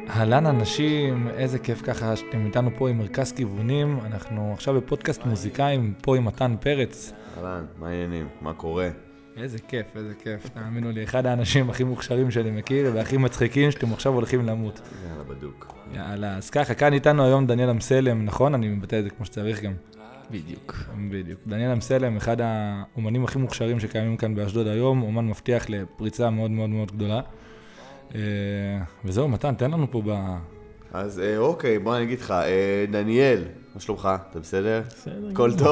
אהלן אנשים, איזה כיף ככה שאתם איתנו פה עם מרכז כיוונים. אנחנו עכשיו בפודקאסט מוזיקאים, פה עם מתן פרץ. אהלן, מה העניינים? מה קורה? איזה כיף, איזה כיף. תאמינו לי, אחד האנשים הכי מוכשרים שאני מכיר והכי מצחיקים שאתם עכשיו הולכים למות. יאללה, בדוק. יאללה, אז ככה, כאן איתנו היום דניאל אמסלם, נכון? אני מבטא את זה כמו שצריך גם. בדיוק. בדיוק. דניאל אמסלם, אחד האומנים הכי מוכשרים שקיימים כאן באשדוד היום, אומן מבטיח לפריצה מאוד מאוד מאוד גדולה. וזהו, מתן, תן לנו פה אז אוקיי, בוא אני אגיד לך, דניאל, מה שלומך? אתה בסדר? בסדר. הכל טוב?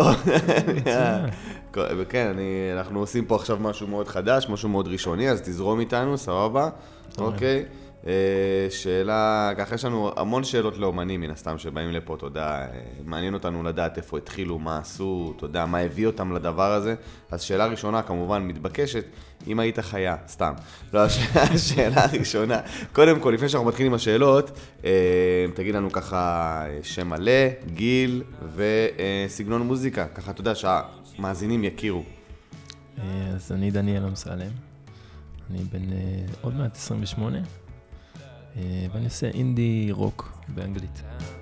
כן, אנחנו עושים פה עכשיו משהו מאוד חדש, משהו מאוד ראשוני, אז תזרום איתנו, סבבה? אוקיי. שאלה, ככה יש לנו המון שאלות לאומנים מן הסתם שבאים לפה, תודה, מעניין אותנו לדעת איפה התחילו, מה עשו, תודה, מה הביא אותם לדבר הזה. אז שאלה ראשונה כמובן מתבקשת, אם היית חיה, סתם. לא, השאלה הראשונה, קודם כל, לפני שאנחנו מתחילים עם השאלות, תגיד לנו ככה שם מלא, גיל וסגנון מוזיקה, ככה אתה יודע שהמאזינים יכירו. אז אני דניאל אמסלם, אני בן עוד מעט 28, ואני עושה אינדי רוק באנגלית.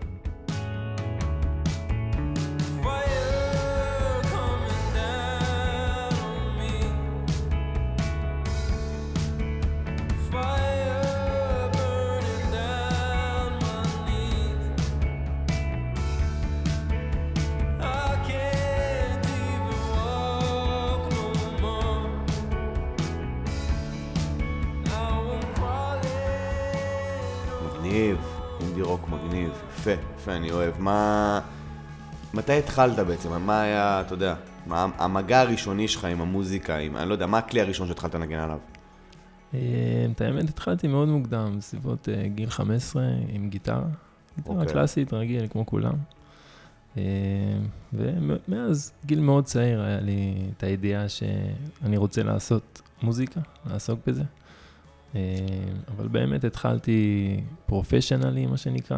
מגניב, אינדי רוק מגניב, יפה, יפה, אני אוהב. מתי התחלת בעצם? מה היה, אתה יודע, מה המגע הראשוני שלך עם המוזיקה, אני לא יודע, מה הכלי הראשון שהתחלת לנגן עליו? את האמת, התחלתי מאוד מוקדם, בסביבות גיל 15 עם גיטרה קלאסית, רגיל, כמו כולם. ומאז גיל מאוד צעיר היה לי את הידיעה שאני רוצה לעשות מוזיקה, לעסוק בזה. אבל באמת התחלתי פרופשיונלי, מה שנקרא,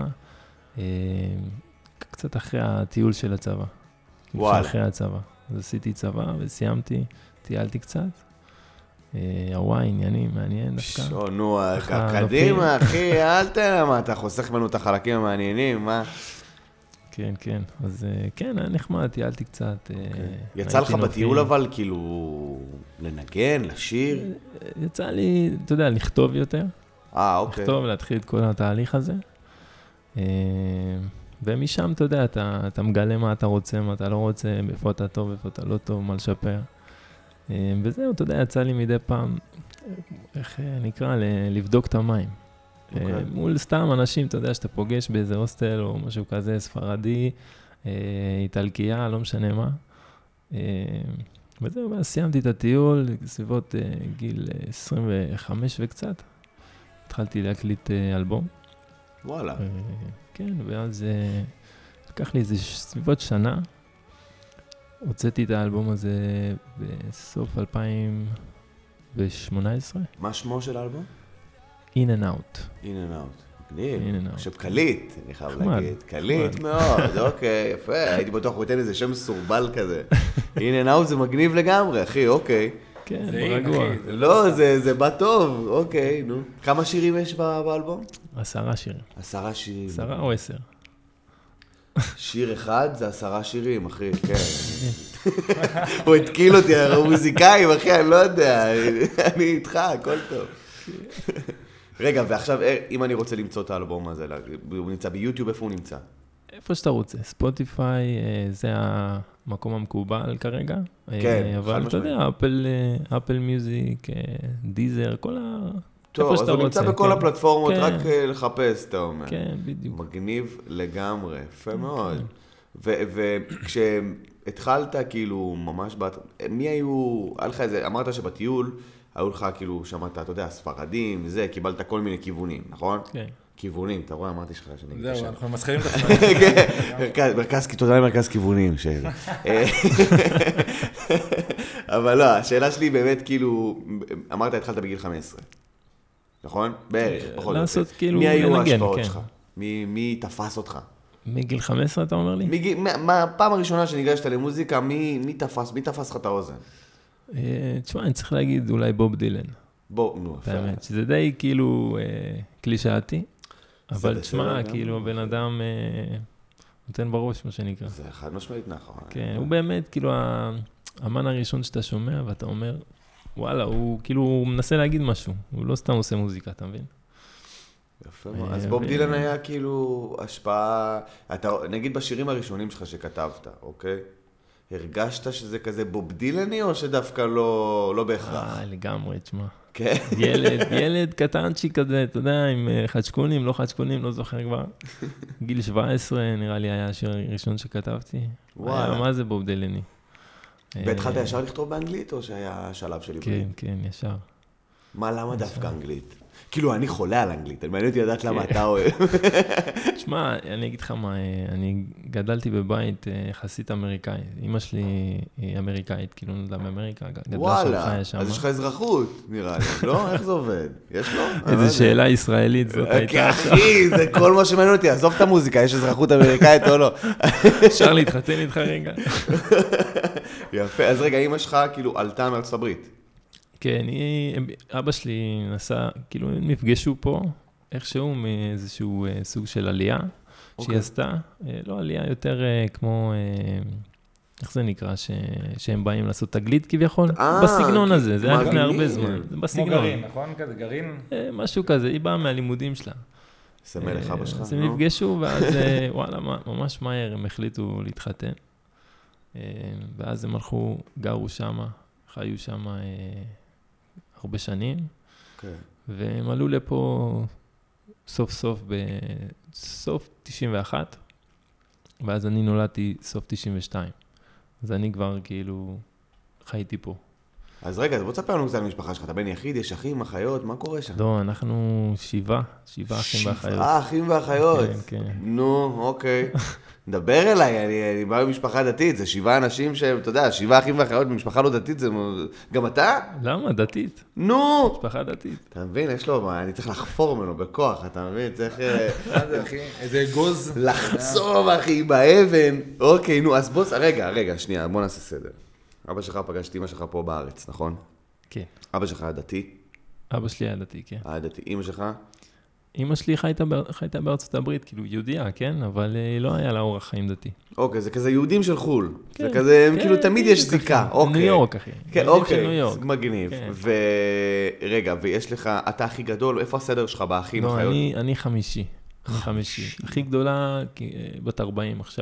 קצת אחרי הטיול של הצבא. וואלה. אחרי הצבא. אז עשיתי צבא וסיימתי, טיילתי קצת. הוואי, עניינים, מעניין דווקא. נו, קדימה, אחי, אל תראה מה, אתה חוסך בנו את החלקים המעניינים, מה? כן, כן. אז כן, היה נחמד, טיילתי קצת. יצא לך בטיול אבל, כאילו, לנגן, לשיר? יצא לי, אתה יודע, לכתוב יותר. אוקיי. לכתוב, להתחיל את כל התהליך הזה. ומשם, אתה יודע, אתה מגלה מה אתה רוצה, מה אתה לא רוצה, איפה אתה טוב, איפה אתה לא טוב, מה לשפר. וזהו, אתה יודע, יצא לי מדי פעם, איך נקרא, לבדוק את המים. מול סתם אנשים, אתה יודע, שאתה פוגש באיזה הוסטל או משהו כזה, ספרדי, איטלקיה, לא משנה מה. וזהו, ואז סיימתי את הטיול, סביבות גיל 25 וקצת. התחלתי להקליט אלבום. וואלה. כן, ואז לקח לי איזה סביבות שנה. הוצאתי את האלבום הזה בסוף 2018. מה שמו של האלבום? In and Out. In and Out. מגניב. In and Out. עכשיו קליט, אני חייב נחמד. להגיד. קליט מאוד, אוקיי, יפה. הייתי בטוח הוא ייתן איזה שם סורבל כזה. In and Out זה מגניב לגמרי, אחי, אוקיי. כן, זה ברגוע. אחי, לא, זה בא טוב, אוקיי, נו. כמה שירים יש באלבום? 10 שירים. 10 שירים. 10 או 10? שיר אחד זה 10 שירים, אחי, כן. הוא התקיל אותי, הוא מוזיקאים, אחי, אני לא יודע, אני איתך, הכל טוב. רגע, ועכשיו, אם אני רוצה למצוא את האלבום הזה, הוא נמצא ביוטיוב, איפה הוא נמצא? איפה שאתה רוצה. ספוטיפיי, זה המקום המקובל כרגע. כן, אבל אתה יודע, אפל מיוזיק, דיזר, כל ה... טוב, אז הוא נמצא בכל הפלטפורמות, רק לחפש, אתה אומר. כן, בדיוק. מגניב לגמרי, יפה מאוד. וכשהתחלת, כאילו, ממש מי היו, היה לך איזה, אמרת שבטיול, היו לך, כאילו, שמעת, אתה יודע, ספרדים, זה, קיבלת כל מיני כיוונים, נכון? כן. כיוונים, אתה רואה, אמרתי לך שאני מתקשר. זהו, אנחנו מסחירים את עצמנו. תודה למרכז כיוונים. אבל לא, השאלה שלי באמת, כאילו, אמרת, התחלת בגיל 15. נכון? בערך, פחות. לעשות כאילו מי היו לנגן, ההשפעות כן. שלך? מי תפס אותך? מגיל 15 אתה אומר לי? מהפעם הראשונה שניגשת למוזיקה, מי תפס לך את האוזן? תשמע, אני צריך להגיד אולי בוב דילן. בוא, נו, יפה. באמת, שזה די כאילו קלישאתי. אבל תשמע, כאילו, הבן אדם נותן בראש, מה שנקרא. זה חד משמעית נכון. כן, הוא באמת, כאילו, האמן הראשון שאתה שומע, ואתה אומר, וואלה, הוא כאילו, הוא מנסה להגיד משהו, הוא לא סתם עושה מוזיקה, אתה מבין? יפה מאוד. אז בוב דילן היה כאילו השפעה, נגיד בשירים הראשונים שלך שכתבת, אוקיי? הרגשת שזה כזה בוב דילני, או שדווקא לא בהכרח? לגמרי, תשמע. כן. ילד קטנצ'י כזה, אתה יודע, עם חדשקונים, לא חדשקונים, לא זוכר כבר. גיל 17 נראה לי היה השיר הראשון שכתבתי. וואלה. מה זה בוב דילני? והתחלת ישר לכתוב באנגלית, או שהיה שלב של עברית? כן, ישר. למה דווקא אנגלית? כאילו, אני חולה על אנגלית, אני מעניין אותי לדעת למה אתה אוהב. תשמע, אני אגיד לך מה, אני גדלתי בבית יחסית אמריקאי. אמא שלי היא אמריקאית, כאילו נולדה באמריקה, גדלה שם, חיה שם. וואלה, אז יש לך אזרחות, נראה לי, לא? איך זה עובד? יש לו? איזו שאלה ישראלית זאת הייתה. אחי, זה כל מה שמעניין אותי, עזוב את המוזיקה, יש אזרחות אמריקאית או לא? אפשר להתחתן איתך רגע. יפה, אז רגע, אמא שלך כאילו עלתה מארצות הברית. כן, אבא שלי נסע, כאילו הם נפגשו פה, איכשהו מאיזשהו סוג של עלייה שהיא עשתה, לא עלייה יותר כמו, איך זה נקרא, שהם באים לעשות תגלית כביכול, בסגנון הזה, זה היה לפני הרבה זמן, כמו גרעין, נכון? כזה גרעין? משהו כזה, היא באה מהלימודים שלה. סמל לך אבא שלך, אז הם נפגשו, ואז וואלה, ממש מהר הם החליטו להתחתן, ואז הם הלכו, גרו שמה, חיו שמה, הרבה שנים, והם עלו לפה סוף סוף בסוף 91, ואז אני נולדתי סוף 92, אז אני כבר כאילו חייתי פה. אז רגע, בוא תספר לנו קצת על המשפחה שלך, אתה בן יחיד, יש אחים, אחיות, מה קורה שם? לא, אנחנו שבעה אחים ואחיות. 7 אחים ואחיות? כן, כן. נו, אוקיי. דבר אליי, אני בא במשפחה דתית, זה 7 אנשים שהם, אתה יודע, 7 אחים ואחיות במשפחה לא דתית, זה... גם אתה? למה? דתית. נו! משפחה דתית. אתה מבין, יש לו, אני צריך לחפור ממנו בכוח, אתה מבין? צריך... מה זה, אחי? איזה אגוז? לחצוב, אחי, באבן. אוקיי, נו, אז בוא, רגע, שנייה, בוא נעשה סדר. אבא שלך פגש את אמא שלך פה בארץ, נכון? כן. אבא שלך היה דתי? אבא שלי היה דתי, כן. היה דתי. אמא שלך? אמא שלי חייתה בארצות הברית, כאילו יהודיה, כן? אבל לא היה לה אורח חיים דתי. אוקיי, זה כזה יהודים של חול. זה כזה, כאילו תמיד יש זיקה. ניו יורק, אחי. כן, אוקיי, זה מגניב. ורגע, ויש לך, אתה הכי גדול, איפה הסדר שלך באחים? לא, אני חמישי. הכי גדולה, בת 40 עכשיו.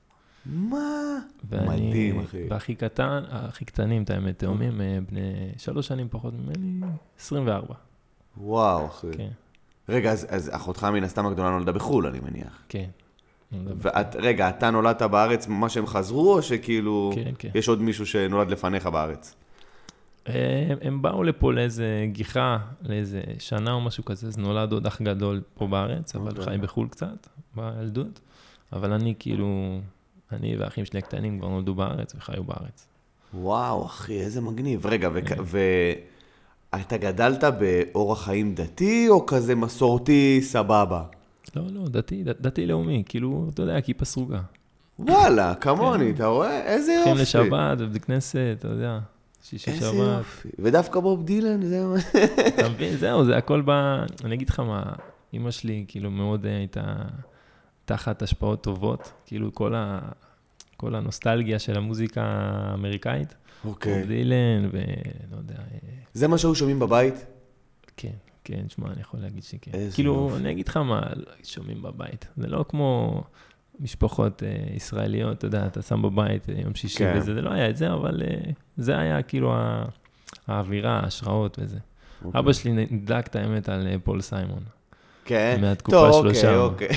מה? מדהים, אחי. והכי קטן, הכי קטנים, את האמת, תאומים, בני 3 שנים פחות ממני, 24. וואו, אחי. כן. רגע, אז אחותך מן הסתם הגדולה נולדה בחול, אני מניח. כן. רגע, אתה נולדת בארץ, מה שהם חזרו, או שכאילו, יש עוד מישהו שנולד לפניך בארץ? הם באו לפה לאיזה גיחה, לאיזה שנה או משהו כזה, אז נולד עוד אח גדול פה בארץ, אבל חי בחול קצת, בילדות. אבל אני כאילו, אני והאחים שלי הקטנים כבר נולדו בארץ וחיו בארץ. וואו, אחי, איזה מגניב. רגע, אתה גדלת באורח חיים דתי, או כזה מסורתי סבבה? לא, דתי לאומי, כאילו, אתה יודע, כיפה סרוגה. וואלה, כמוני, אתה רואה? איזה יופי. הולכים לשבת, בבית כנסת, אתה יודע, שישי שבת. איזה יופי. ודווקא בוב דילן, זה מה... אתה מבין, זהו, זה הכל בא... אני אגיד לך מה, אמא שלי כאילו מאוד הייתה תחת השפעות טובות, כאילו כל הנוסטלגיה של המוזיקה האמריקאית. אוקיי. בוב דילן ולא יודע... זה מה שהיו שומעים בבית? כן, שמע, אני יכול להגיד שכן. כאילו, אני אגיד לך מה, שומעים בבית. זה לא כמו משפחות ישראליות, אתה יודע, אתה שם בבית יום שישי וזה, זה לא היה את זה, אבל זה היה כאילו האווירה, ההשראות וזה. אבא שלי נדלק את האמת על פול סיימון. כן. מהתקופה שלו שם. אוקיי.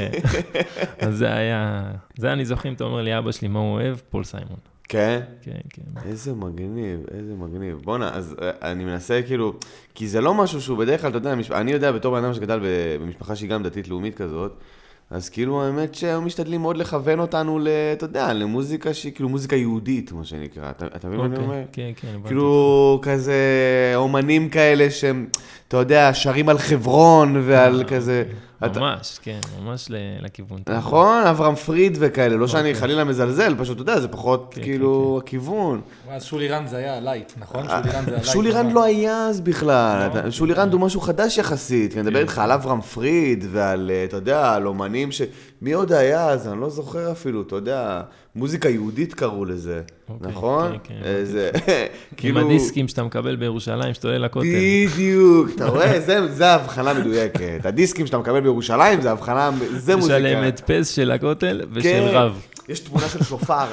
אז זה היה, זה אני זוכרים, אתה אומר לי, אבא שלי, מה הוא אוהב? פול סיימון. כן? כן. איזה מגניב. בוא'נה, אז אני מנסה כאילו, כי זה לא משהו שהוא בדרך כלל, אתה יודע, אני יודע בתור בן אדם שגדל במשפחה שהיא גם דתית לאומית כזאת, אז כאילו האמת שהם משתדלים מאוד לכוון אותנו, אתה יודע, למוזיקה שהיא כאילו מוזיקה יהודית, מה שנקרא. אתה מבין מה אני אומר? כן. כאילו כזה אומנים כאלה שהם, אתה יודע, שרים על חברון ועל כזה, ממש, כן, ממש לכיוון. נכון, אברהם פריד וכאלה, לא שאני חלילה מזלזל, פשוט, אתה יודע, זה פחות כאילו הכיוון. אז שולי רנד זה היה לייט, נכון? שולי רנד זה היה לייט. שולי רנד לא היה אז בכלל, שולי רנד הוא משהו חדש יחסית, אני מדבר איתך על אברהם פריד ועל, אתה יודע, על אומנים מי עוד היה אז, אני לא זוכר אפילו, אתה יודע, מוזיקה יהודית קראו לזה, נכון? עם הדיסקים שאתה מקבל בירושלים, שאתה עולה לכותל. בדיוק, אתה רואה, זה ההבחנה מדויקת. הדיסקים שאתה מקבל בירושלים, זה ההבחנה, זה מוזיקה. יש עליהם הדפס של הכותל ושל רב. יש תמונה של שופר.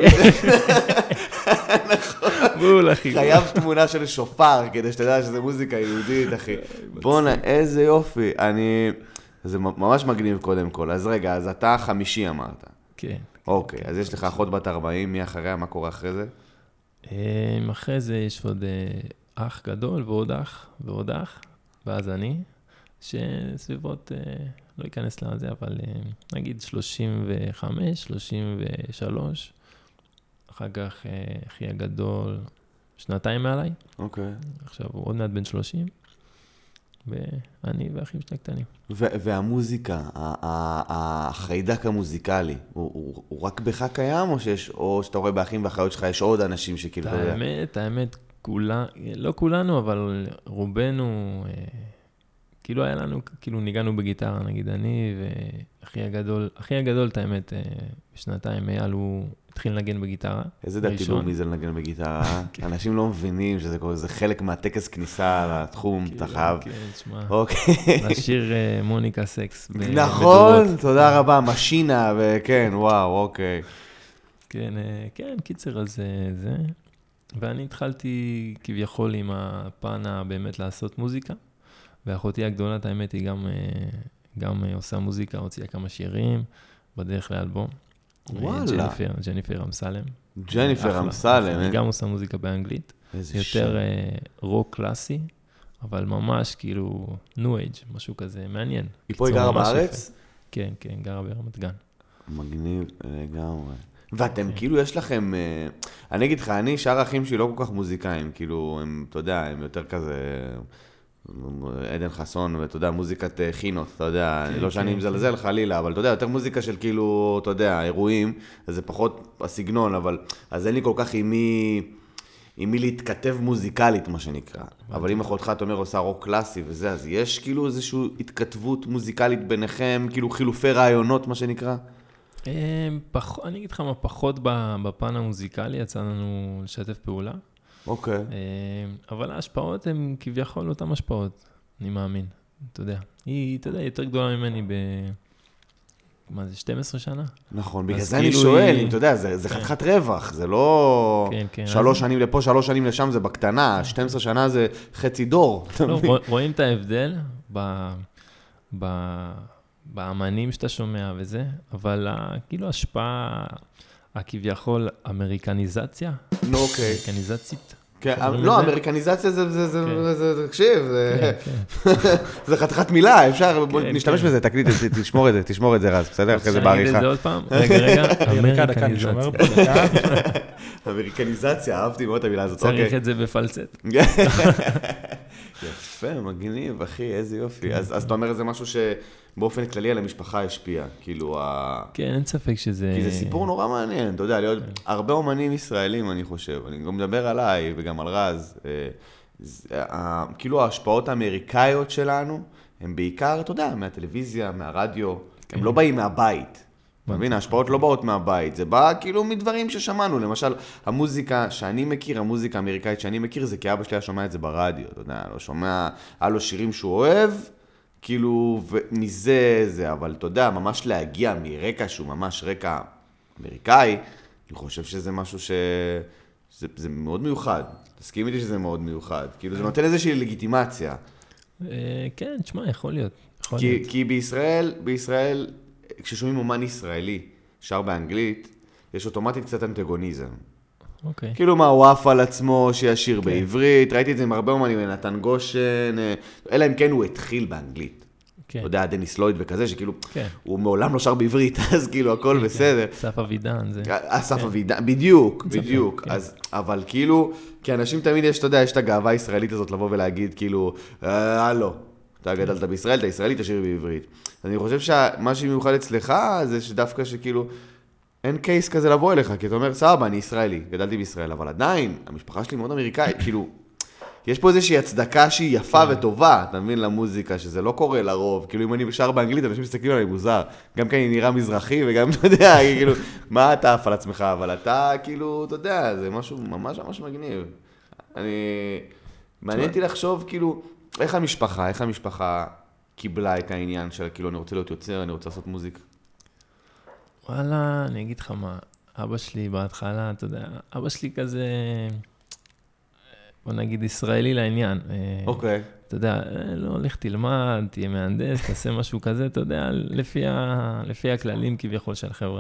בול, אחי. חייב תמונה של שופר, כדי שתדע שזה מוזיקה יהודית, אחי. בוא'נה, איזה יופי. זה ממש מגניב קודם כל. אז רגע, אז אתה 50 אמרת. כן. אוקיי, אז יש לך אחות בת 40, מי אחריה? מה קורה אחרי זה? אחרי זה יש עוד אח גדול ועוד אח ועוד אח, ואז אני, שסביבות, לא אכנס לזה, אבל נגיד 35, 33, אחר כך אחי הגדול, 2 מעליי. אוקיי. עכשיו הוא עוד מעט בן 30, ואני ואחים שני קטנים. והמוזיקה, החיידק המוזיקלי, הוא רק בך קיים, או שאתה רואה באחים ואחיות שלך, יש עוד אנשים שכאילו... האמת, לא כולנו, אבל רובנו, כאילו היה לנו, כאילו ניגענו בגיטרה, נגיד אני ואחי הגדול, את האמת, בשנתיים אייל הוא התחיל לנגן בגיטרה. איזה דעתי לאומי זה לנגן בגיטרה? אנשים לא מבינים שזה חלק מהטקס כניסה לתחום, אתה חייב. כן, תשמע. אוקיי. לשיר מוניקה סקס. נכון, תודה רבה, משינה, וכן, וואו, אוקיי. כן, קיצר, אז זה. ואני התחלתי כביכול עם הפן באמת לעשות מוזיקה, ואחותי הגדולה, האמת, היא גם עושה מוזיקה, הוציאה כמה שירים, בדרך לאלבום. וואלה. ג'ניפר אמסלם. ג'ניפר אמסלם. היא גם עושה מוזיקה באנגלית. יותר רוק קלאסי, אבל ממש כאילו ניו אייג', משהו כזה מעניין. היא פה גרה בארץ? כן, גרה ברמת גן. מגניב לגמרי. ואתם כאילו יש לכם, אני אגיד לך, שאר האחים שלי לא כל כך מוזיקאים, כאילו הם, אתה יודע, הם יותר כזה... עדן חסון, ואתה יודע, מוזיקת חינות, אתה יודע, לא שאני מזלזל חלילה, אבל אתה יודע, יותר מוזיקה של כאילו, אתה יודע, אירועים, אז זה פחות הסגנון, אבל, אז אין לי כל כך עם מי להתכתב מוזיקלית, מה שנקרא. אבל אם אחותך, אתה אומר, עושה רוק קלאסי וזה, אז יש כאילו איזושהי התכתבות מוזיקלית ביניכם, כאילו חילופי רעיונות, מה שנקרא? אני אגיד לך מה, פחות בפן המוזיקלי, יצא לנו לשתף פעולה. אוקיי. אבל ההשפעות הן כביכול אותן השפעות, אני מאמין, אתה יודע. היא, אתה יודע, יותר גדולה ממני מה זה, 12 שנה? נכון, בגלל זה אני שואל, אתה יודע, זה חתיכת רווח, זה לא 3 שנים לפה, 3 שנים לשם, זה בקטנה, 12 שנה זה חצי דור. רואים את ההבדל באמנים שאתה שומע וזה, אבל כאילו ההשפעה, הכביכול אמריקניזציה. אוקיי. אמריקניזצית. לא, אמריקניזציה זה, תקשיב, זה חתיכת מילה, אפשר, נשתמש בזה, תקליט, תשמור את זה רז, בסדר? אחרי זה בעריכה. שאני אגיד את זה עוד פעם? רגע, אמריקניזציה. אמריקניזציה, אהבתי מאוד את המילה הזאת. צריך את זה בפלצט. יפה, מגניב, אחי, איזה יופי. אז אתה אומר, זה משהו שבאופן כללי על המשפחה השפיע, כאילו כן, אין ספק שזה... כי זה סיפור נורא מעניין, אתה יודע, להיות הרבה אומנים ישראלים, אני חושב, אני גם מדבר עליי וגם על רז, כאילו ההשפעות האמריקאיות שלנו, הם בעיקר, אתה יודע, מהטלוויזיה, מהרדיו, הם לא באים מהבית. אתה מבין, ההשפעות לא באות מהבית, זה בא כאילו מדברים ששמענו, למשל, המוזיקה שאני מכיר, המוזיקה האמריקאית שאני מכיר, זה כי אבא שלי היה שומע את זה ברדיו, אתה יודע, לא שומע, היה לו שירים שהוא אוהב, כאילו, ומזה זה, אבל אתה יודע, ממש להגיע מרקע שהוא ממש רקע אמריקאי, אני חושב שזה משהו זה מאוד מיוחד, תסכים איתי שזה מאוד מיוחד, כאילו זה נותן איזושהי לגיטימציה. כן, תשמע, יכול להיות. כי בישראל, כששומעים אומן ישראלי, שר באנגלית, יש אוטומטית קצת אנטגוניזם. אוקיי. כאילו מה, הוא עף על עצמו שישיר בעברית, ראיתי את זה עם הרבה אומנים, נתן גושן, אלא אם כן הוא התחיל באנגלית. אתה יודע, דניס לויד וכזה, שכאילו, הוא מעולם לא שר בעברית, אז כאילו הכל בסדר. אסף אבידן זה. אסף אבידן, בדיוק. אבל כאילו, כי אנשים תמיד יש, אתה יודע, יש את הגאווה הישראלית הזאת לבוא ולהגיד, כאילו, הלו. אתה גדלת בישראל, אתה ישראלי, תשאיר בעברית. אני חושב שמה שמיוחד אצלך זה שדווקא שכאילו, אין קייס כזה לבוא אליך, כי אתה אומר, סבבה, אני ישראלי, גדלתי בישראל, אבל עדיין, המשפחה שלי מאוד אמריקאית, כאילו, יש פה איזושהי הצדקה שהיא יפה וטובה, אתה מבין, למוזיקה, שזה לא קורה לרוב, כאילו אם אני שר באנגלית, אנשים מסתכלים עליי מוזר, גם כי אני נראה מזרחי, וגם, אתה יודע, כאילו, מה אתה עף על עצמך, אבל אתה, כאילו, אתה יודע, זה משהו ממש ממש מגניב. מעניין אותי לחשוב, כאילו, איך המשפחה קיבלה את העניין של, כאילו, אני רוצה להיות יוצר, אני רוצה לעשות מוזיקה. וואלה, אני אגיד לך מה, אבא שלי בהתחלה, אתה יודע, אבא שלי כזה, בוא נגיד, ישראלי לעניין. אוקיי. אתה יודע, לא, לך תלמד, תהיה מהנדס, תעשה משהו כזה, אתה יודע, לפי הכללים כביכול של החברה.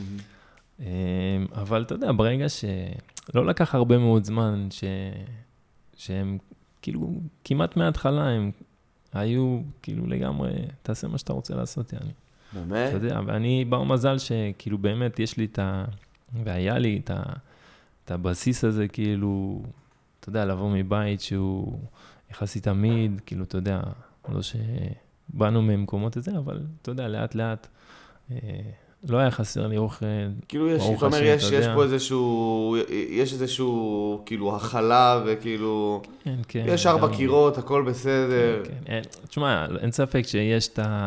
אבל אתה יודע, ברגע שלא לקח הרבה מאוד זמן, שהם כאילו, כמעט מההתחלה, הם היו כאילו לגמרי, תעשה מה שאתה רוצה לעשות, יעני. באמת? אתה יודע, ואני בר מזל שכאילו באמת יש לי והיה לי את הבסיס הזה, כאילו, אתה יודע, לבוא מבית שהוא יחסית תמיד, כאילו, אתה יודע, לא שבאנו ממקומות את זה, אבל אתה יודע, לאט לאט, לא היה חסר לי אוכל. כאילו יש, אתה אומר, יש פה איזשהו, כאילו, הכלה וכאילו, כן, כן. יש 4 קירות, הכל בסדר. כן, תשמע, אין ספק שיש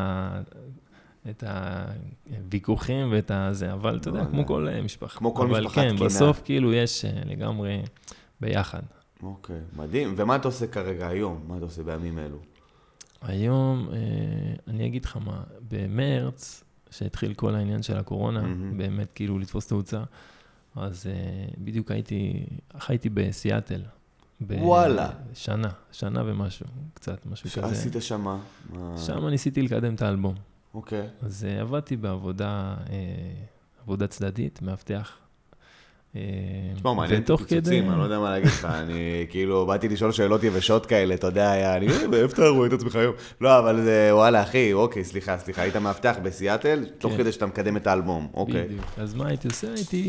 את הוויכוחים ואת הזה, אבל אתה יודע, כמו כל משפחה. כמו כל משפחה תקינה. אבל כן, בסוף כאילו יש לגמרי ביחד. אוקיי, מדהים. ומה אתה עושה כרגע היום? מה אתה עושה בימים אלו? היום, אני אגיד לך מה, במרץ, שהתחיל כל העניין של הקורונה, באמת כאילו לתפוס תאוצה, אז בדיוק חייתי בסיאטל. וואלה. שנה ומשהו, קצת, משהו כזה. עשית שמה? שם ניסיתי לקדם את האלבום. אוקיי. אז עבדתי עבודה צדדית, מאבטח. תשמע, מעניין את הפיצוצים, אני לא יודע מה להגיד לך, אני כאילו באתי לשאול שאלות יבשות כאלה, אתה יודע, אני אוהב אתה רואה את עצמך היום. לא, אבל זה, וואלה, אחי, אוקיי, סליחה, היית מאבטח בסיאטל, תוך כדי שאתה מקדם את האלבום, אוקיי. בדיוק, אז מה הייתי עושה?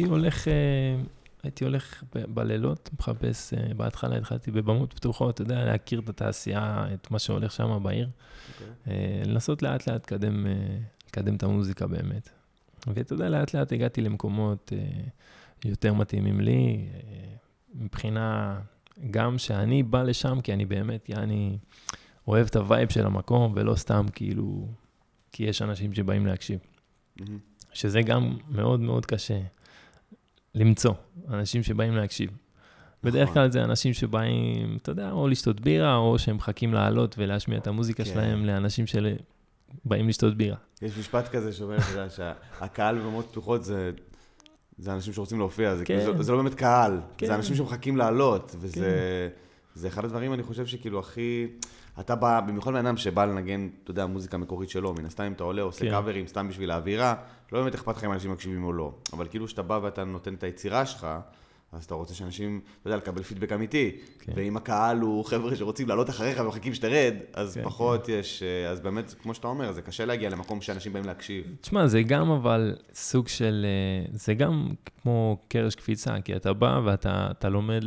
הייתי הולך בלילות, מחפש, בהתחלה התחלתי בבמות פתוחות, אתה יודע, להכיר את התעשייה, את מה שהולך שם בעיר, לנסות לאט לאט לקדם את המוזיקה באמת. ואתה יודע, לאט לאט הגעתי למקומות יותר מתאימים לי, מבחינה גם שאני בא לשם, כי אני באמת, אני אוהב את הווייב של המקום, ולא סתם כאילו, כי יש אנשים שבאים להקשיב. שזה גם מאוד מאוד קשה למצוא, אנשים שבאים להקשיב. בדרך כלל זה אנשים שבאים, אתה יודע, או לשתות בירה, או שהם מחכים לעלות ולהשמיע את המוזיקה שלהם לאנשים שבאים לשתות בירה. יש משפט כזה שאומר שהקהל במות פתוחות זה אנשים שרוצים להופיע, זה לא באמת קהל, זה אנשים שמחכים לעלות, וזה אחד הדברים, אני חושב שכאילו הכי, אתה בא, במיוחד מאדם שבא לנגן, אתה יודע, מוזיקה מקורית שלו, מן הסתם אם אתה עולה, עושה קאברים, סתם בשביל האווירה, לא באמת אכפת לך אם אנשים מקשיבים או לא, אבל כאילו שאתה בא ואתה נותן את היצירה שלך, אז אתה רוצה שאנשים, אתה יודע, לקבל פידבק אמיתי, ואם הקהל הוא חבר'ה שרוצים לעלות אחריך ומחכים שתרד, אז פחות יש, אז באמת, כמו שאתה אומר, זה קשה להגיע למקום שאנשים באים להקשיב. תשמע, זה גם אבל סוג של, זה גם כמו קרש קפיצה, כי אתה בא ואתה לומד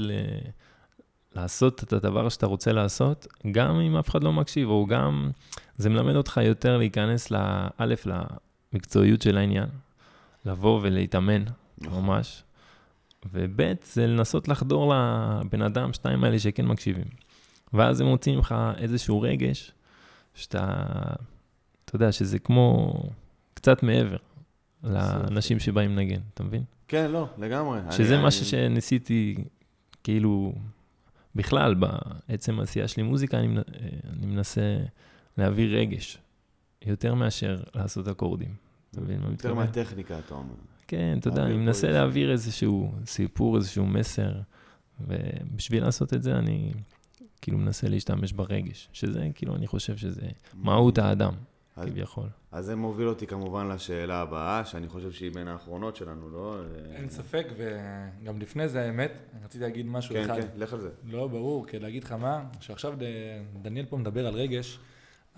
לעשות את הדבר שאתה רוצה לעשות, גם אם אף אחד לא מקשיב, או גם, זה מלמד אותך יותר להיכנס לאלף, למקצועיות של העניין, לבוא ולהתאמן, ממש. וב' זה לנסות לחדור לבן אדם, 2 האלה שכן מקשיבים. ואז הם מוצאים לך איזשהו רגש, שאתה, אתה יודע, שזה כמו קצת מעבר לאנשים שבאים לנגן, אתה מבין? כן, לא, לגמרי. שזה משהו שניסיתי, כאילו, בכלל, בעצם העשייה שלי מוזיקה, אני מנסה להביא רגש, יותר מאשר לעשות אקורדים. יותר מהטכניקה, אתה אומר. כן, אתה יודע, אני מנסה להעביר איזשהו סיפור, איזשהו מסר, ובשביל לעשות את זה אני כאילו מנסה להשתמש ברגש, שזה כאילו אני חושב שזה מהות האדם, כביכול. אז זה מוביל אותי כמובן לשאלה הבאה, שאני חושב שהיא בין האחרונות שלנו, לא? אין ספק, וגם לפני זה האמת, אני רציתי להגיד משהו אחד. כן, כן, לך על זה. לא, ברור, כי להגיד לך מה, שעכשיו דניאל פה מדבר על רגש,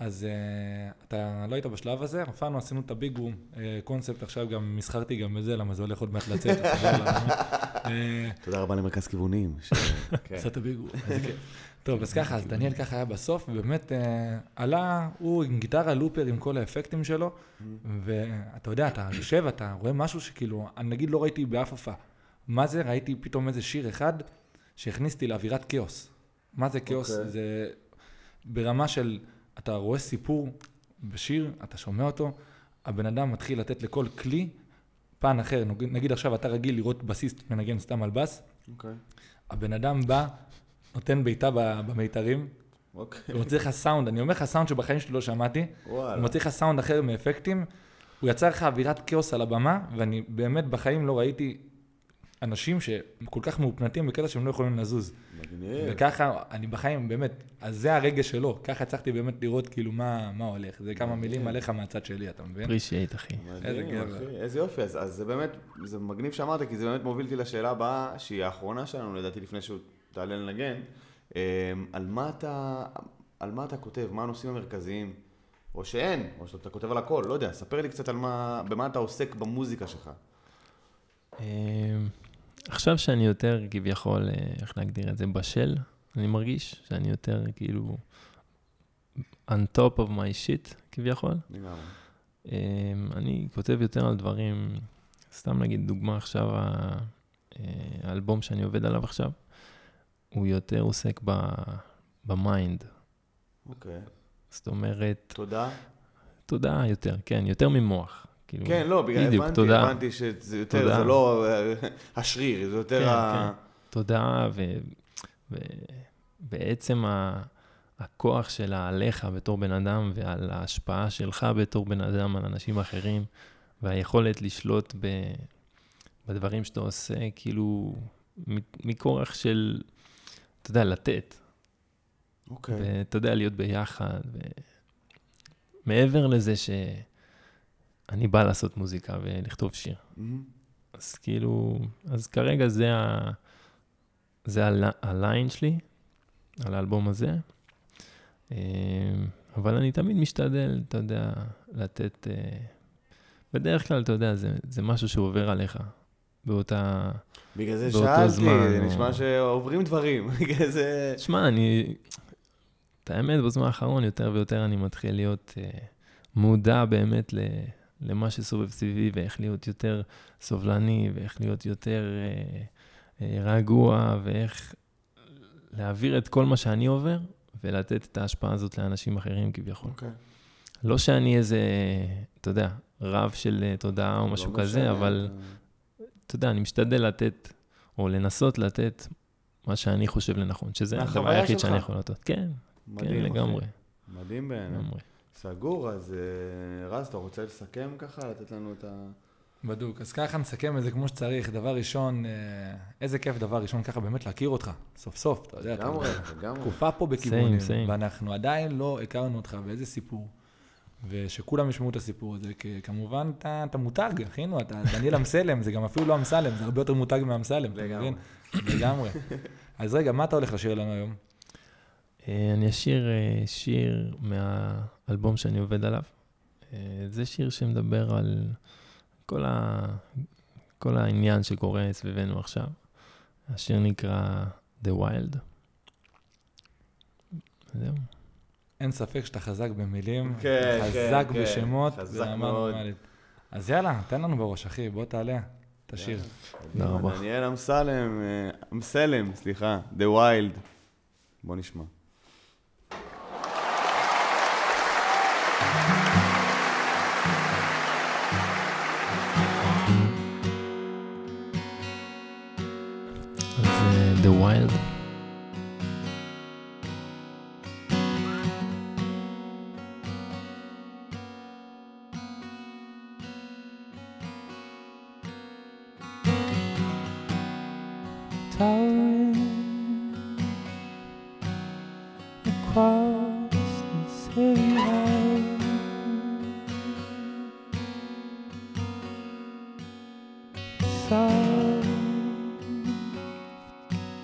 אז אתה לא היית בשלב הזה, הופענו, עשינו את הביג רום, קונספט עכשיו גם, מסחרתי גם בזה, למה זה הולך עוד מעט לצאת. תודה רבה למרכז כיוונים. עשה את הביג רום, איזה כיף. טוב, אז ככה, אז דניאל ככה היה בסוף, ובאמת עלה, הוא עם גיטרה לופר עם כל האפקטים שלו, ואתה יודע, אתה יושב, אתה רואה משהו שכאילו, אני נגיד לא ראיתי באף הופעה. מה זה? ראיתי פתאום איזה שיר אחד, שהכניסתי לאווירת כאוס. מה זה כאוס? זה ברמה של, אתה רואה סיפור בשיר, אתה שומע אותו, הבן אדם מתחיל לתת לכל כלי פן אחר. נגיד עכשיו אתה רגיל לראות בסיסט מנגן סתם על בס, הבן אדם בא, נותן ביתה במיתרים, הוא מוציא לך סאונד, אני אומר לך סאונד שבחיים שלי לא שמעתי, הוא מוציא לך סאונד אחר מאפקטים, הוא יצר לך אווירת כאוס על הבמה, ואני באמת בחיים לא ראיתי אנשים שכל כך מאופנתים בקטע שהם לא יכולים לזוז. מגניב. וככה, אני בחיים באמת, אז זה הרגע שלו, ככה הצלחתי באמת לראות כאילו מה הולך, זה כמה מילים עליך מהצד שלי, אתה מבין? פרישייט, אחי. מדהים, אחי, איזה יופי, אז זה באמת, זה מגניב שאמרת, כי זה באמת מוביל אותי לשאלה הבאה, שהיא האחרונה שלנו, לדעתי לפני שהוא תעלה לנגן, על מה אתה כותב, מה הנושאים המרכזיים, או שאין, או שאתה כותב על הכל, לא יודע, ספר לי קצת על במה אתה עוסק במוזיקה שלך. עכשיו שאני יותר כביכול, איך להגדיר את זה, בשל, אני מרגיש שאני יותר כאילו on top of my shit כביכול. אני כותב יותר על דברים, סתם נגיד דוגמה עכשיו, האלבום שאני עובד עליו עכשיו, הוא יותר עוסק במיינד. אוקיי. זאת אומרת... תודה? תודה יותר, כן, יותר ממוח. כן, לא, בגלל הבנתי שזה יותר, זה לא השריר, זה יותר תודה, ובעצם הכוח שלה עליך בתור בן אדם, ועל ההשפעה שלך בתור בן אדם על אנשים אחרים, והיכולת לשלוט בדברים שאתה עושה, כאילו, מכורח של, אתה יודע, לתת. אוקיי. ואתה יודע, להיות ביחד, מעבר לזה אני בא לעשות מוזיקה ולכתוב שיר. אז כאילו, אז כרגע זה הליין שלי, על האלבום הזה. אבל אני תמיד משתדל, אתה יודע, לתת, בדרך כלל, אתה יודע, זה משהו שעובר עליך, באותה, בגלל זה שאלתי, זה נשמע שעוברים דברים, בגלל זה... תשמע, את האמת, בזמן האחרון, יותר ויותר אני מתחיל להיות מודע באמת למה שסובב סביבי, ואיך להיות יותר סובלני, ואיך להיות יותר רגוע, ואיך להעביר את כל מה שאני עובר, ולתת את ההשפעה הזאת לאנשים אחרים כביכול. לא שאני איזה, אתה יודע, רב של תודעה או משהו כזה, אבל אתה יודע, אני משתדל לתת, או לנסות לתת מה שאני חושב לנכון, שזה הדבר היחיד שאני יכול לתת. כן, כן, לגמרי. מדהים בעיניי. סגור, אז רז, אתה רוצה לסכם ככה, לתת לנו את ה... בדוק, אז ככה נסכם את זה כמו שצריך. דבר ראשון, איזה כיף דבר ראשון, ככה באמת להכיר אותך, סוף סוף, אתה יודע, תקופה פה בכיוונים, ואנחנו עדיין לא הכרנו אותך באיזה סיפור, ושכולם ישמעו את הסיפור הזה, כי כמובן אתה מותג, אחינו, אתה דניאל אמסלם, זה גם אפילו לא אמסלם, זה הרבה יותר מותג מאמסלם, אתה מבין? לגמרי. אז רגע, מה אתה הולך לשיר לנו היום? אני אשיר שיר מהאלבום שאני עובד עליו. זה שיר שמדבר על כל העניין שקורה סביבנו עכשיו. השיר נקרא The Wild. זהו. אין ספק שאתה חזק במילים, חזק בשמות. חזק מאוד. אז יאללה, תן לנו בראש, אחי, בוא תעלה, תשיר. תודה רבה. דניאל אמסלם, סליחה, The Wild. בוא נשמע. The Wild. Towering across this heavy line,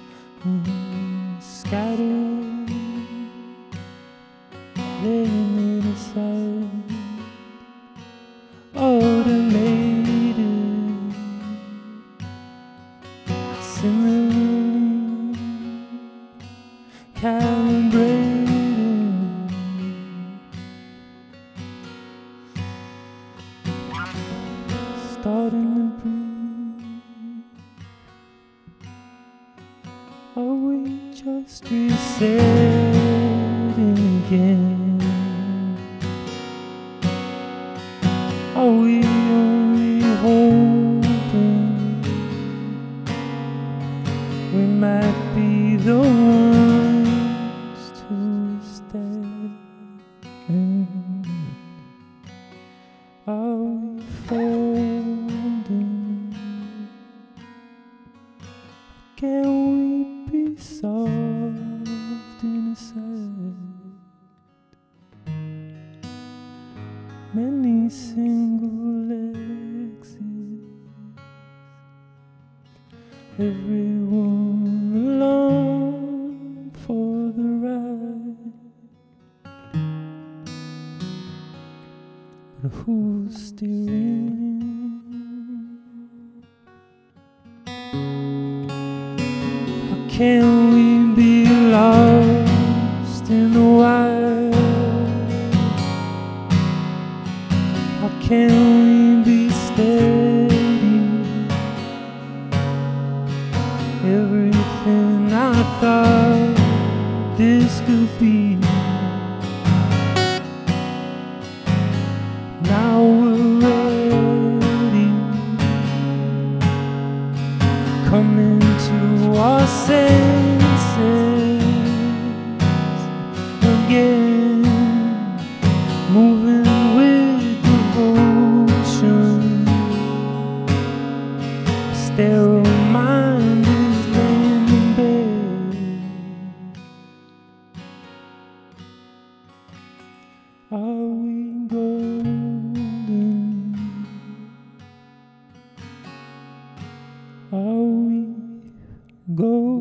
scattered, laying similarly calibrated. Starting to breathe. Are we just resetting again? Are we only hoping we might be the ones to stay? Are we folding? Can we be soft inside? Many single exits, everyone along for the ride. But who's steering? How can we be lost in the wild? How can we be steady? Everything I thought this could be, now we're ready, coming to our senses again, moving with devotion. Sterile mind is laying in bed. Are we golden? Are we golden?